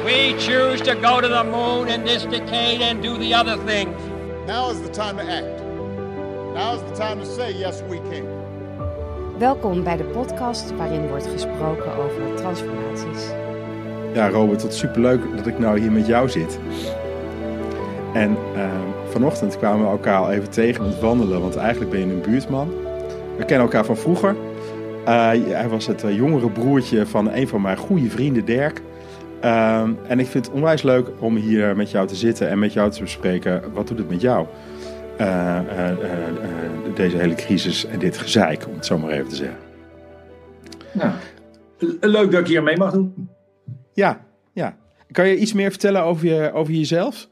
We choose to go to the moon in this decade and do the other things. Now is the time to act. Now is the time to say yes we can. Welkom bij de podcast waarin wordt gesproken over transformaties. Ja, Robert, wat superleuk dat ik nou hier met jou zit. En vanochtend kwamen we elkaar al even tegen aan het wandelen, want eigenlijk ben je een buurtman. We kennen elkaar van vroeger. Hij was het jongere broertje van een van mijn goede vrienden, Dirk. En ik vind het onwijs leuk om hier met jou te zitten en met jou te bespreken. Wat doet het met jou? Deze hele crisis en dit gezeik, om het zo maar even te zeggen. Nou, leuk dat ik hier mee mag doen. Ja. Kan je iets meer vertellen over jezelf?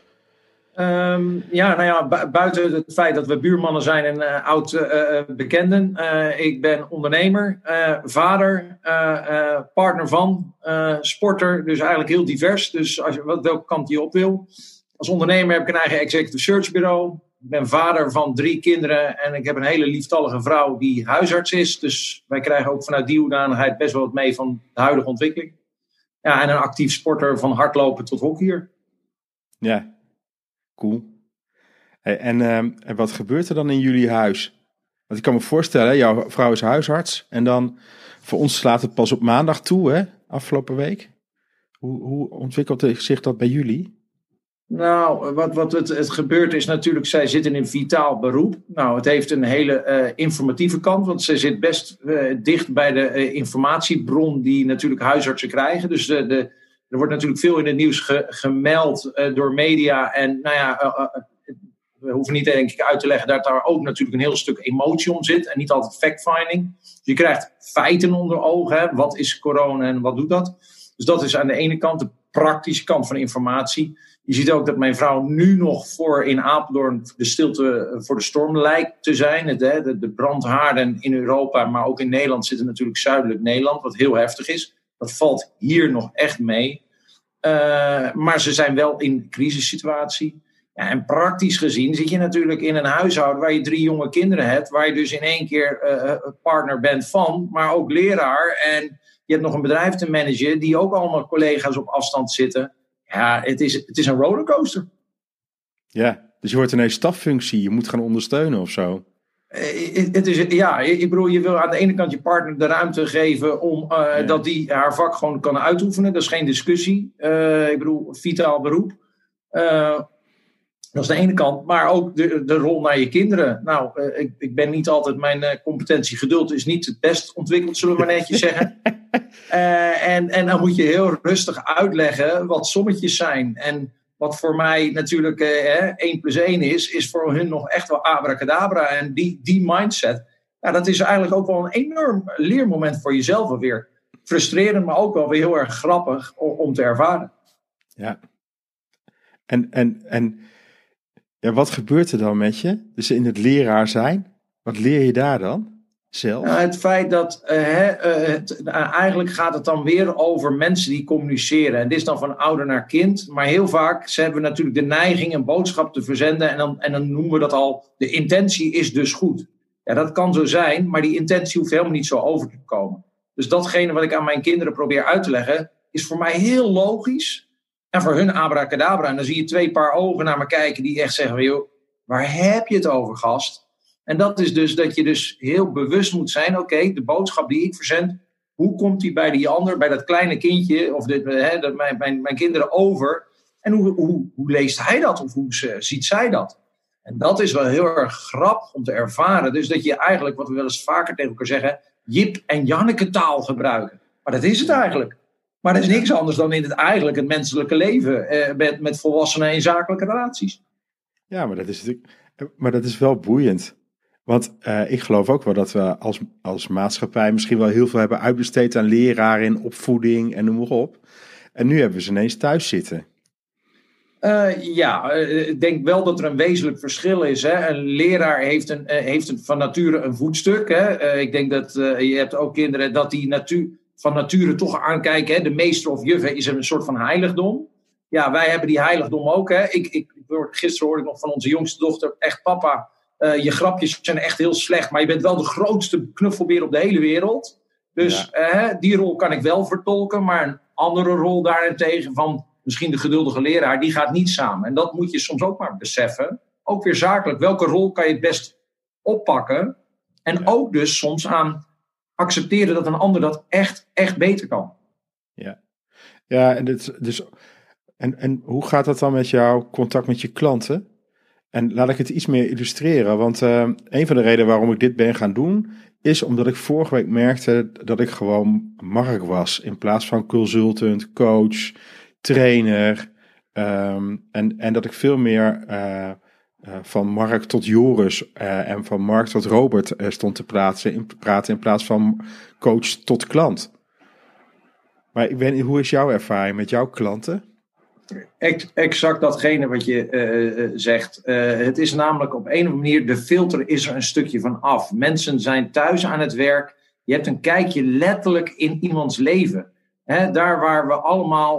Buiten het feit dat we buurmannen zijn en oud bekenden. Ik ben ondernemer, vader, partner van, sporter. Dus eigenlijk heel divers. Dus welke kant je op wil. Als ondernemer heb ik een eigen executive search bureau. Ik ben vader van 3 kinderen. En ik heb een hele lieftallige vrouw die huisarts is. Dus wij krijgen ook vanuit die hoedanigheid best wel wat mee van de huidige ontwikkeling. Ja, en een actief sporter van hardlopen tot hockeyer. Ja. Cool. En wat gebeurt er dan in jullie huis? Want ik kan me voorstellen, jouw vrouw is huisarts. En dan, voor ons slaat het pas op maandag toe, hè? Afgelopen week. Hoe ontwikkelt zich dat bij jullie? Nou, wat het gebeurt is natuurlijk, zij zit in een vitaal beroep. Nou, het heeft een hele informatieve kant, want ze zit best dicht bij de informatiebron die natuurlijk huisartsen krijgen. Dus er wordt natuurlijk veel in het nieuws gemeld door media. En we hoeven niet denk ik uit te leggen dat daar ook natuurlijk een heel stuk emotie om zit. En niet altijd fact-finding. Dus je krijgt feiten onder ogen. Hè? Wat is corona en wat doet dat? Dus dat is aan de ene kant de praktische kant van informatie. Je ziet ook dat mijn vrouw nu nog in Apeldoorn de stilte voor de storm lijkt te zijn. De brandhaarden in Europa, maar ook in Nederland zitten natuurlijk zuidelijk Nederland. Wat heel heftig is. Dat valt hier nog echt mee. Maar ze zijn wel in een crisissituatie. Ja, en praktisch gezien zit je natuurlijk in een huishouden waar je 3 jonge kinderen hebt. Waar je dus in één keer partner bent van, maar ook leraar. En je hebt nog een bedrijf te managen die ook allemaal collega's op afstand zitten. Ja, het is een rollercoaster. Ja, dus je wordt ineens staffunctie. Je moet gaan ondersteunen of zo. Ik bedoel, je wil aan de ene kant je partner de ruimte geven om dat die haar vak gewoon kan uitoefenen. Dat is geen discussie. Ik bedoel, vitaal beroep. Dat is de ene kant. Maar ook de rol naar je kinderen. Nou, ik ben niet altijd, mijn competentie geduld is niet het best ontwikkeld, zullen we maar netjes zeggen. En dan moet je heel rustig uitleggen wat sommetjes zijn. En wat voor mij natuurlijk 1 + 1 is voor hun nog echt wel abracadabra. En die mindset, dat is eigenlijk ook wel een enorm leermoment voor jezelf alweer. Frustrerend, maar ook wel weer heel erg grappig om te ervaren. Ja. En wat gebeurt er dan met je? Dus in het leraar zijn, wat leer je daar dan? Zelf? Nou, het feit dat eigenlijk gaat het dan weer over mensen die communiceren. En dit is dan van ouder naar kind. Maar heel vaak hebben we natuurlijk de neiging een boodschap te verzenden. En dan noemen we dat al, de intentie is dus goed. Ja, dat kan zo zijn, maar die intentie hoeft helemaal niet zo over te komen. Dus datgene wat ik aan mijn kinderen probeer uit te leggen, is voor mij heel logisch. En voor hun abracadabra. En dan zie je 2 paar ogen naar me kijken die echt zeggen, joh, waar heb je het over, gast? En dat is dus dat je dus heel bewust moet zijn. Oké, de boodschap die ik verzend, hoe komt die bij die ander, bij dat kleine kindje of mijn kinderen over? En hoe leest hij dat of hoe ziet zij dat? En dat is wel heel erg grappig om te ervaren. Dus dat je eigenlijk, wat we wel eens vaker tegen elkaar zeggen, Jip en Janneke taal gebruiken. Maar dat is het eigenlijk. Maar dat is niks anders dan in het menselijke leven met volwassenen in zakelijke relaties. Ja, maar dat is wel boeiend. Want ik geloof ook wel dat we als maatschappij misschien wel heel veel hebben uitbesteed aan leraren in opvoeding en noem maar op. En nu hebben we ze ineens thuis zitten. Ik denk wel dat er een wezenlijk verschil is. Hè? Een leraar heeft van nature een voetstuk. Hè? Ik denk dat je hebt ook kinderen dat die van nature toch aankijken. Hè? De meester of juf is een soort van heiligdom. Ja, wij hebben die heiligdom ook. Hè? Gisteren hoorde ik nog van onze jongste dochter, echt papa, je grapjes zijn echt heel slecht, maar je bent wel de grootste knuffelbeer op de hele wereld. Dus die rol kan ik wel vertolken, maar een andere rol daarentegen van misschien de geduldige leraar, die gaat niet samen. En dat moet je soms ook maar beseffen. Ook weer zakelijk. Welke rol kan je het best oppakken? En ook dus soms aan accepteren dat een ander dat echt beter kan. Ja, en hoe gaat dat dan met jouw contact met je klanten? En laat ik het iets meer illustreren. Want een van de redenen waarom ik dit ben gaan doen, is omdat ik vorige week merkte dat ik gewoon Mark was. In plaats van consultant, coach, trainer. En dat ik veel meer van Mark tot Joris en van Mark tot Robert stond te praten in plaats van coach tot klant. Maar ik weet niet, hoe is jouw ervaring met jouw klanten? Exact datgene wat je zegt. Het is namelijk op een of andere manier, de filter is er een stukje van af. Mensen zijn thuis aan het werk. Je hebt een kijkje letterlijk in iemands leven. Daar waar we allemaal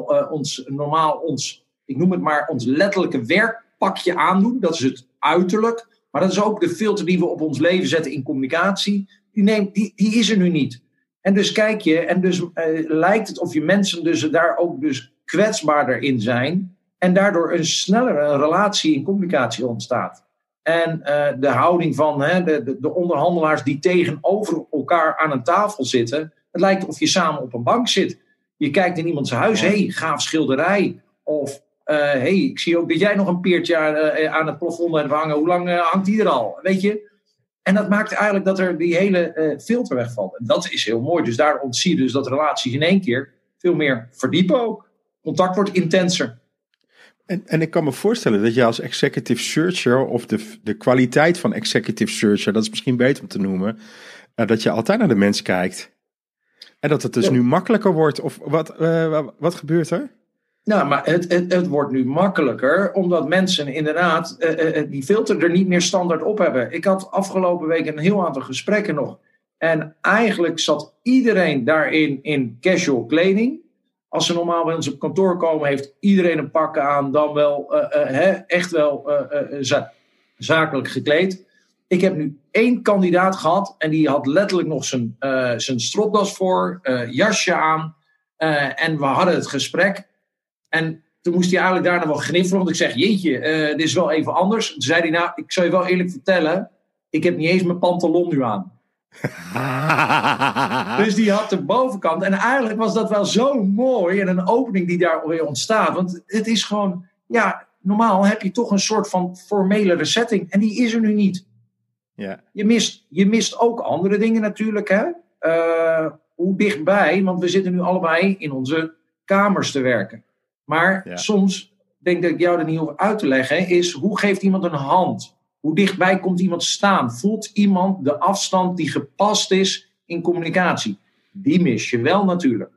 ik noem het maar, ons letterlijke werkpakje aandoen. Dat is het uiterlijk. Maar dat is ook de filter die we op ons leven zetten in communicatie. Die is er nu niet. En dus kijk je, en dus lijkt het of je mensen dus daar ook dus kwetsbaarder in zijn. En daardoor een snellere relatie in communicatie ontstaat. En de houding van de onderhandelaars die tegenover elkaar aan een tafel zitten. Het lijkt of je samen op een bank zit. Je kijkt in iemands huis, gaaf schilderij. Of ik zie ook dat jij nog een peertje aan het plafond hebt hangen. Hoe lang hangt die er al? Weet je? En dat maakt eigenlijk dat er die hele filter wegvalt. En dat is heel mooi. Dus daar zie je dus dat relaties in één keer veel meer verdiepen ook. Contact wordt intenser. En ik kan me voorstellen dat je als executive searcher, of de kwaliteit van executive searcher, dat is misschien beter om te noemen, dat je altijd naar de mens kijkt. En dat het dus nu makkelijker wordt. Of wat gebeurt er? Nou, maar het wordt nu makkelijker, omdat mensen inderdaad die filter er niet meer standaard op hebben. Ik had afgelopen week een heel aantal gesprekken nog. En eigenlijk zat iedereen daarin in casual kleding. Als ze normaal bij ons op kantoor komen, heeft iedereen een pak aan, dan wel echt wel zakelijk gekleed. Ik heb nu 1 kandidaat gehad en die had letterlijk nog zijn stropdas voor, jasje aan. En we hadden het gesprek. En toen moest hij eigenlijk daarna wel gniffelen, want ik zeg, jeetje, dit is wel even anders. Toen zei hij, nou, ik zal je wel eerlijk vertellen, ik heb niet eens mijn pantalon nu aan. Dus die had de bovenkant. En eigenlijk was dat wel zo mooi en een opening die daar weer ontstaat. Want het is gewoon, normaal heb je toch een soort van formele setting. En die is er nu niet. Ja. Je mist ook andere dingen natuurlijk. Hè? Hoe dichtbij, want we zitten nu allebei in onze kamers te werken. Maar soms, denk dat ik jou er niet hoef uit te leggen, is hoe geeft iemand een hand? Hoe dichtbij komt iemand staan? Voelt iemand de afstand die gepast is in communicatie? Die mis je wel natuurlijk.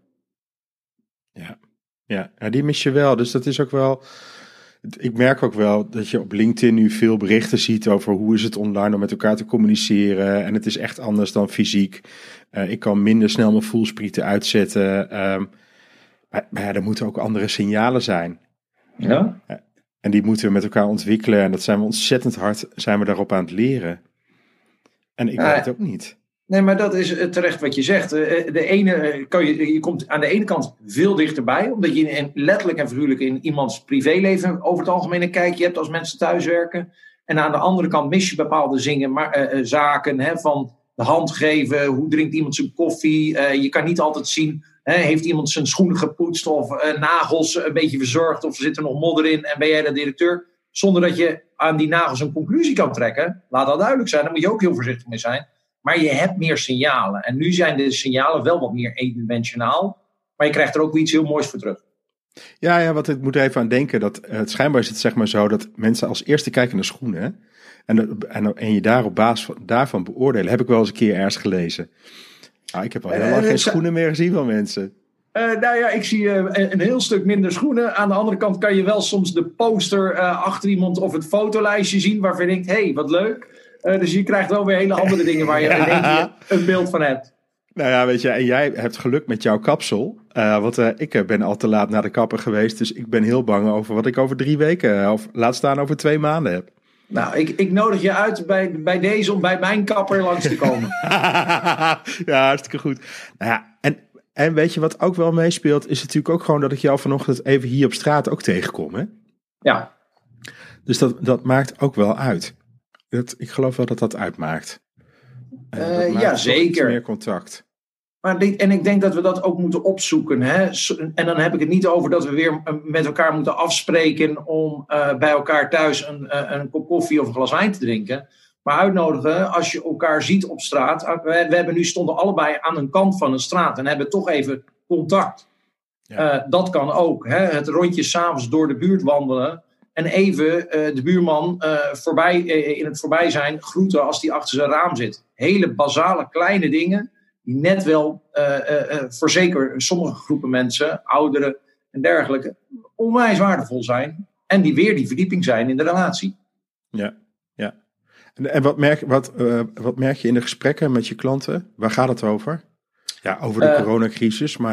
Ja, die mis je wel. Dus dat is ook wel. Ik merk ook wel dat je op LinkedIn nu veel berichten ziet over hoe is het online om met elkaar te communiceren. En het is echt anders dan fysiek. Ik kan minder snel mijn voelsprieten uitzetten. Maar er moeten ook andere signalen zijn. Ja. En die moeten we met elkaar ontwikkelen. En dat zijn we ontzettend hard daarop aan het leren. En ik weet het ook niet. Nee, maar dat is terecht wat je zegt. Je komt aan de ene kant veel dichterbij. Omdat je letterlijk en figuurlijk in iemands privéleven over het algemeen een kijkje hebt als mensen thuiswerken. En aan de andere kant mis je bepaalde zaken. Van de hand geven. Hoe drinkt iemand zijn koffie? Je kan niet altijd zien. Heeft iemand zijn schoenen gepoetst of nagels een beetje verzorgd of zit er nog modder in en ben jij de directeur? Zonder dat je aan die nagels een conclusie kan trekken. Laat dat duidelijk zijn, daar moet je ook heel voorzichtig mee zijn. Maar je hebt meer signalen. En nu zijn de signalen wel wat meer eendimensionaal. Maar je krijgt er ook weer iets heel moois voor terug. Ja, want ik moet er even aan denken dat het schijnbaar is het zeg maar zo dat mensen als eerste kijken naar schoenen. En je daar op basis daarvan beoordelen. Heb ik wel eens een keer ergens gelezen. Ik heb al heel lang geen schoenen meer gezien van mensen. Ik zie een heel stuk minder schoenen. Aan de andere kant kan je wel soms de poster achter iemand of het fotolijstje zien waarvan je denkt, wat leuk. Dus je krijgt wel weer hele andere dingen waar je in één keer een beeld van hebt. Nou ja, weet je, en jij hebt geluk met jouw kapsel. Want ik ben al te laat naar de kapper geweest. Dus ik ben heel bang over wat ik over 3 weken, of laat staan over 2 maanden heb. Nou, ik nodig je uit bij deze om bij mijn kapper langs te komen. Ja, hartstikke goed. Nou ja, en weet je wat ook wel meespeelt, is natuurlijk ook gewoon dat ik jou vanochtend even hier op straat ook tegenkom, hè? Ja. Dus dat maakt ook wel uit. Ik geloof wel dat dat uitmaakt. Ja, zeker. Iets meer contact. Maar ik denk dat we dat ook moeten opzoeken. Hè? En dan heb ik het niet over dat we weer met elkaar moeten afspreken om bij elkaar thuis een kop koffie of een glas wijn te drinken. Maar uitnodigen als je elkaar ziet op straat. We stonden allebei aan een kant van een straat en hebben toch even contact. Ja. Dat kan ook. Hè? Het rondje 's avonds door de buurt wandelen. En even de buurman in het voorbijzijn groeten als die achter zijn raam zit. Hele basale kleine dingen die net wel voor zeker sommige groepen mensen, ouderen en dergelijke, onwijs waardevol zijn. En die weer die verdieping zijn in de relatie. Ja. En wat merk je in de gesprekken met je klanten? Waar gaat het over? Ja, over de coronacrisis, maar...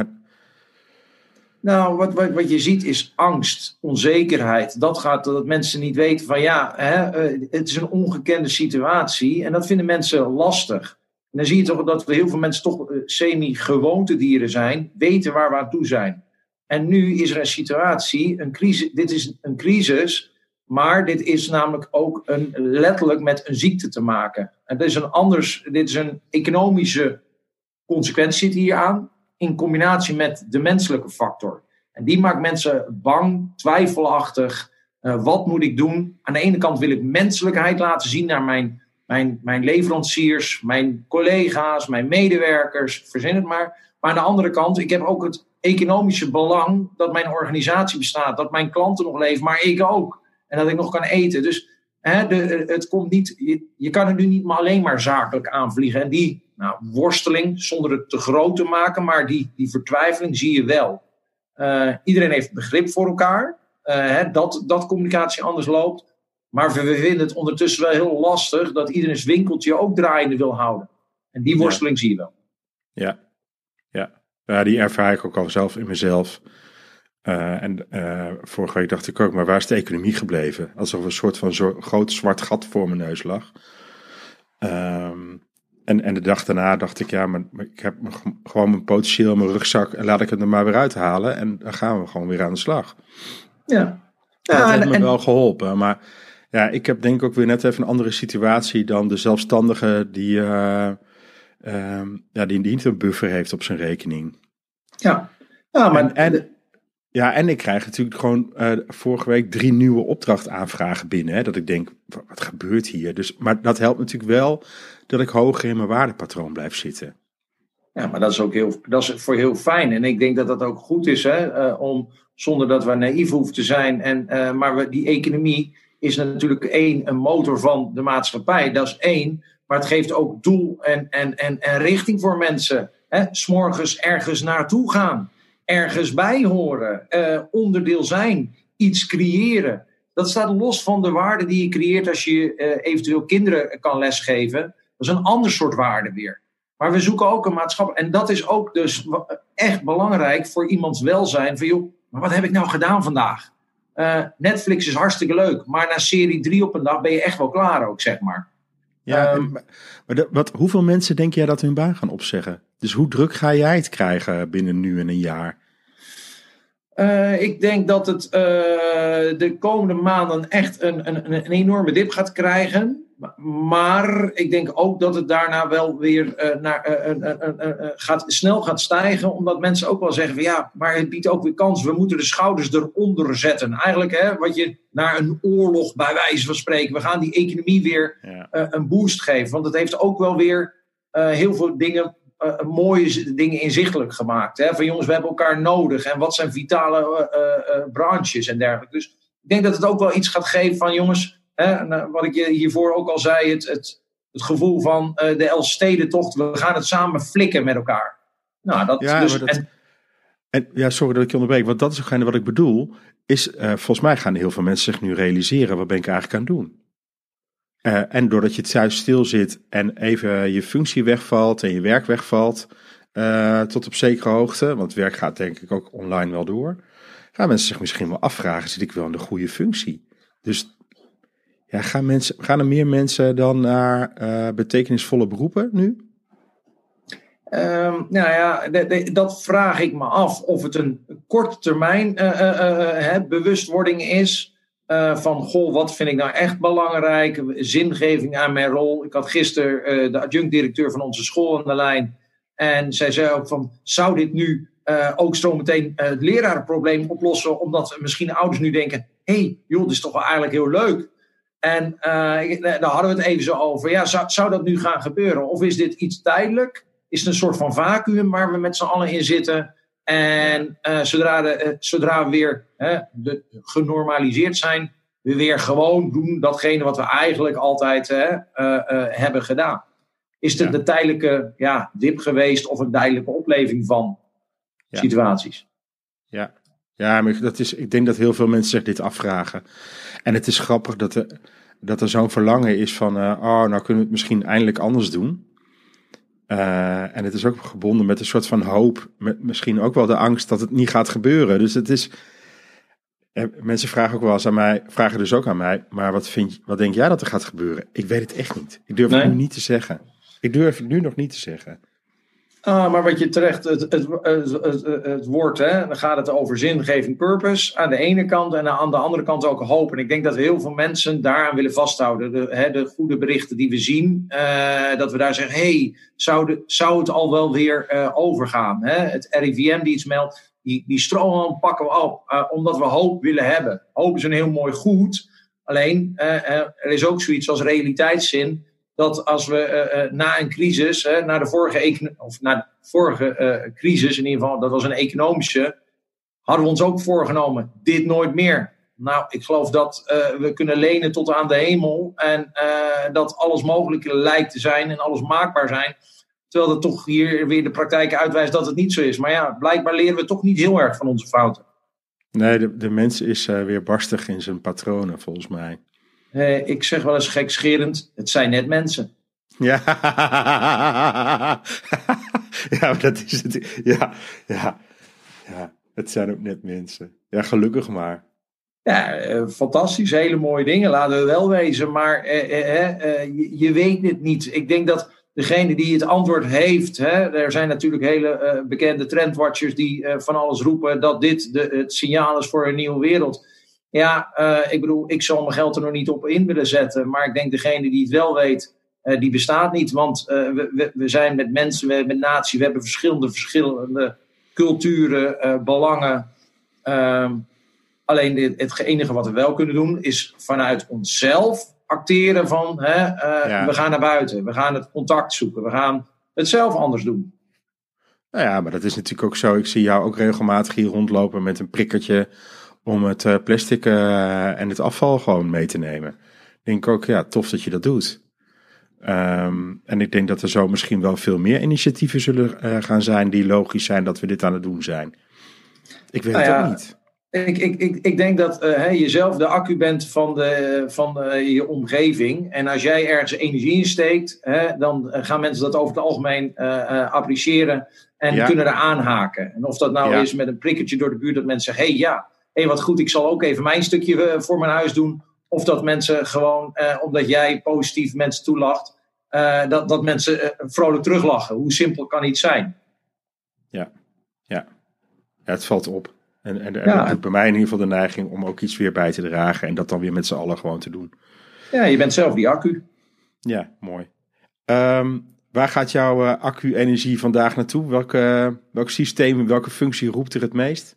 Nou, wat je ziet is angst, onzekerheid. Dat mensen niet weten van het is een ongekende situatie. En dat vinden mensen lastig. En dan zie je toch dat heel veel mensen toch semi-gewoontedieren zijn. Weten waar we aan toe zijn. En nu is er een situatie, een crisis. Dit is een crisis, maar dit is namelijk ook letterlijk met een ziekte te maken. En dit is een economische consequentie hier aan. In combinatie met de menselijke factor. En die maakt mensen bang, twijfelachtig. Wat moet ik doen? Aan de ene kant wil ik menselijkheid laten zien naar mijn leveranciers, mijn collega's, mijn medewerkers, verzin het maar. Maar aan de andere kant, ik heb ook het economische belang dat mijn organisatie bestaat, dat mijn klanten nog leven, maar ik ook. En dat ik nog kan eten. Dus het komt niet, je kan het nu niet maar alleen maar zakelijk aanvliegen. En die worsteling, zonder het te groot te maken, maar die vertwijfeling zie je wel. Iedereen heeft begrip voor elkaar, dat communicatie anders loopt. Maar we vinden het ondertussen wel heel lastig dat iedereen zijn winkeltje ook draaiende wil houden. En die worsteling zie je wel. Ja, die ervaar ik ook al zelf in mezelf. Vorige week dacht ik ook, maar waar is de economie gebleven? Alsof een soort van groot zwart gat voor mijn neus lag. En de dag daarna dacht ik, maar ik heb gewoon mijn potentieel in mijn rugzak en laat ik het er maar weer uithalen. En dan gaan we gewoon weer aan de slag. Ja. Dat heeft me wel geholpen. Maar ja, ik heb denk ik ook weer net even een andere situatie dan de zelfstandige die niet een buffer heeft op zijn rekening. Ja, maar... En ik krijg natuurlijk gewoon vorige week 3 nieuwe opdrachtaanvragen binnen. Hè, dat ik denk, wat gebeurt hier? Maar dat helpt natuurlijk wel dat ik hoger in mijn waardepatroon blijf zitten. Ja, maar dat is ook heel fijn. En ik denk dat dat ook goed is, om zonder dat we naïef hoeven te zijn. Maar die economie is natuurlijk een motor van de maatschappij. Dat is 1. Maar het geeft ook doel en richting voor mensen. 's Morgens ergens naartoe gaan. Ergens bij horen, onderdeel zijn, iets creëren. Dat staat los van de waarde die je creëert als je eventueel kinderen kan lesgeven. Dat is een ander soort waarde weer. Maar we zoeken ook een maatschappij. En dat is ook dus echt belangrijk voor iemands welzijn. Van joh, maar wat heb ik nou gedaan vandaag? Netflix is hartstikke leuk, maar na serie 3 op een dag ben je echt wel klaar ook, zeg maar. Ja, hoeveel mensen denk jij dat hun baan gaan opzeggen? Dus hoe druk ga jij het krijgen binnen nu en een jaar? Ik denk dat het de komende maanden echt een enorme dip gaat krijgen. Maar ik denk ook dat het daarna wel weer snel gaat stijgen. Omdat mensen ook wel zeggen van ja, maar het biedt ook weer kans. We moeten de schouders eronder zetten. Eigenlijk wat je naar een oorlog bij wijze van spreken. We gaan die economie weer een boost geven. Want het heeft ook wel weer heel veel dingen... mooie dingen inzichtelijk gemaakt. Hè? Van jongens, we hebben elkaar nodig. En wat zijn vitale branches en dergelijke. Dus ik denk dat het ook wel iets gaat geven van jongens... wat ik je hiervoor ook al zei... het gevoel van de Elfstedentocht. We gaan het samen flikken met elkaar. Nou, sorry dat ik je onderbreek. Want dat is hetgene wat ik bedoel. Volgens mij gaan heel veel mensen zich nu realiseren... wat ben ik eigenlijk aan het doen? En doordat je thuis stil zit en even je functie wegvalt en je werk wegvalt, tot op zekere hoogte, want werk gaat denk ik ook online wel door, gaan mensen zich misschien wel afvragen, zit ik wel in de goede functie? Dus Ja, gaan er meer mensen dan naar betekenisvolle beroepen nu? Dat vraag ik me af. Of het een korte termijn bewustwording is. Van, goh, wat vind ik nou echt belangrijk? Zingeving aan mijn rol. Ik had gisteren de adjunct-directeur van onze school aan de lijn. En zij zei ook van, zou dit nu ook zo meteen het lerarenprobleem oplossen? Omdat misschien ouders nu denken, joh, dit is toch wel eigenlijk heel leuk. En daar hadden we het even zo over. Ja, zou dat nu gaan gebeuren? Of is dit iets tijdelijk? Is het een soort van vacuüm waar we met z'n allen in zitten? En zodra we weer genormaliseerd zijn, we weer gewoon doen datgene wat we eigenlijk altijd hebben gedaan. Is het een tijdelijke dip geweest of een tijdelijke opleving van situaties? Ja, maar ik denk dat heel veel mensen zich dit afvragen. En het is grappig dat er zo'n verlangen is van, nou kunnen we het misschien eindelijk anders doen. En het is ook gebonden met een soort van hoop, met misschien ook wel de angst dat het niet gaat gebeuren. Dus het is, mensen vragen ook wel eens aan mij, vragen dus ook aan mij, maar wat denk jij dat er gaat gebeuren? Ik weet het echt niet. Ik durf het nu niet te zeggen. Ik durf het nu nog niet te zeggen. Maar wat je terecht, het woord, dan gaat het over zingeving, purpose aan de ene kant en aan de andere kant ook hoop. En ik denk dat heel veel mensen daaraan willen vasthouden. De goede berichten die we zien, dat we daar zeggen, zou het al wel weer overgaan? Het RIVM die iets meldt, die stroom pakken we op, omdat we hoop willen hebben. Hoop is een heel mooi goed, alleen er is ook zoiets als realiteitszin. Dat als we na een crisis, na de vorige crisis, in ieder geval, dat was een economische, hadden we ons ook voorgenomen, dit nooit meer. Nou, ik geloof dat we kunnen lenen tot aan de hemel en dat alles mogelijk lijkt te zijn en alles maakbaar zijn. Terwijl dat toch hier weer de praktijk uitwijst dat het niet zo is. Maar ja, blijkbaar leren we toch niet heel erg van onze fouten. Nee, de mens is weer barstig in zijn patronen, volgens mij. Ik zeg wel eens gekscherend, het zijn net mensen. Ja, maar dat is het. Ja, het zijn ook net mensen. Ja, gelukkig maar. Ja, fantastisch, hele mooie dingen, laten we wel wezen. Maar je weet het niet. Ik denk dat degene die het antwoord heeft, er zijn natuurlijk hele bekende trendwatchers die van alles roepen dat dit het signaal is voor een nieuwe wereld. Ja, ik bedoel, ik zal mijn geld er nog niet op in willen zetten. Maar ik denk degene die het wel weet, die bestaat niet. Want we zijn met mensen, we hebben natie, we hebben verschillende culturen, belangen. Alleen het enige wat we wel kunnen doen is vanuit onszelf acteren van we gaan naar buiten. We gaan het contact zoeken. We gaan het zelf anders doen. Nou ja, maar dat is natuurlijk ook zo. Ik zie jou ook regelmatig hier rondlopen met een prikkertje om het plastic en het afval gewoon mee te nemen. Ik denk ook, tof dat je dat doet. En ik denk dat er zo misschien wel veel meer initiatieven zullen gaan zijn die logisch zijn dat we dit aan het doen zijn. Ik weet het ook niet. Ik denk dat je zelf de accu bent van je omgeving. En als jij ergens energie in steekt, dan gaan mensen dat over het algemeen appreciëren en kunnen er aanhaken. En of dat nou is met een prikkertje door de buurt, dat mensen zeggen, wat goed, ik zal ook even mijn stukje voor mijn huis doen. Of dat mensen gewoon, omdat jij positief mensen toelacht, dat mensen vrolijk teruglachen. Hoe simpel kan iets zijn? Ja, het valt op. En dat doet bij mij in ieder geval de neiging om ook iets weer bij te dragen en dat dan weer met z'n allen gewoon te doen. Ja, je bent zelf die accu. Ja, mooi. Waar gaat jouw accu-energie vandaag naartoe? Welk systeem, welke functie roept er het meest?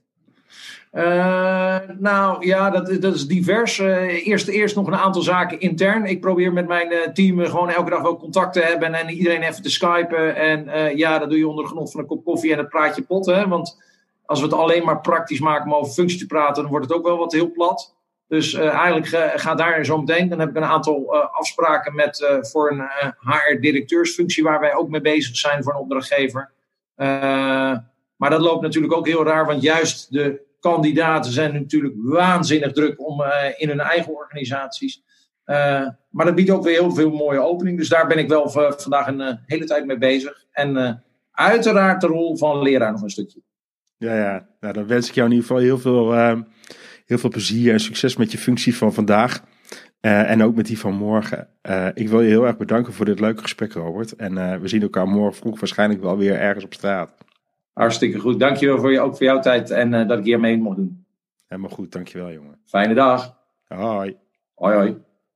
Dat is divers. Eerst nog een aantal zaken intern. Ik probeer met mijn team gewoon elke dag wel contact te hebben en iedereen even te skypen. En dat doe je onder genot van een kop koffie en het praatje pot. Want als we het alleen maar praktisch maken om over functie te praten, dan wordt het ook wel wat heel plat. Dus eigenlijk gaat daar zo meteen. Dan heb ik een aantal afspraken voor een HR-directeursfunctie waar wij ook mee bezig zijn voor een opdrachtgever. Maar dat loopt natuurlijk ook heel raar, want juist de kandidaten zijn natuurlijk waanzinnig druk in hun eigen organisaties. Maar dat biedt ook weer heel veel mooie opening. Dus daar ben ik wel vandaag een hele tijd mee bezig. En uiteraard de rol van leraar nog een stukje. Ja. Nou, dan wens ik jou in ieder geval heel veel plezier en succes met je functie van vandaag. En ook met die van morgen. Ik wil je heel erg bedanken voor dit leuke gesprek, Robert. En we zien elkaar morgen vroeg waarschijnlijk wel weer ergens op straat. Hartstikke goed. Dankjewel ook voor jouw tijd en dat ik hier mee mocht doen. Helemaal goed, dankjewel jongen. Fijne dag. Hoi. Hoi hoi.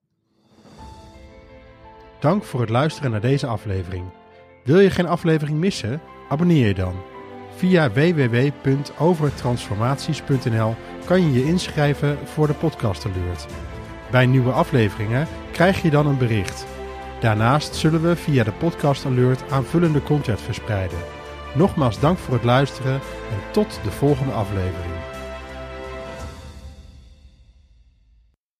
Dank voor het luisteren naar deze aflevering. Wil je geen aflevering missen? Abonneer je dan. Via www.overtransformaties.nl kan je je inschrijven voor de podcast alert. Bij nieuwe afleveringen krijg je dan een bericht. Daarnaast zullen we via de podcast alert aanvullende content verspreiden. Nogmaals dank voor het luisteren en tot de volgende aflevering.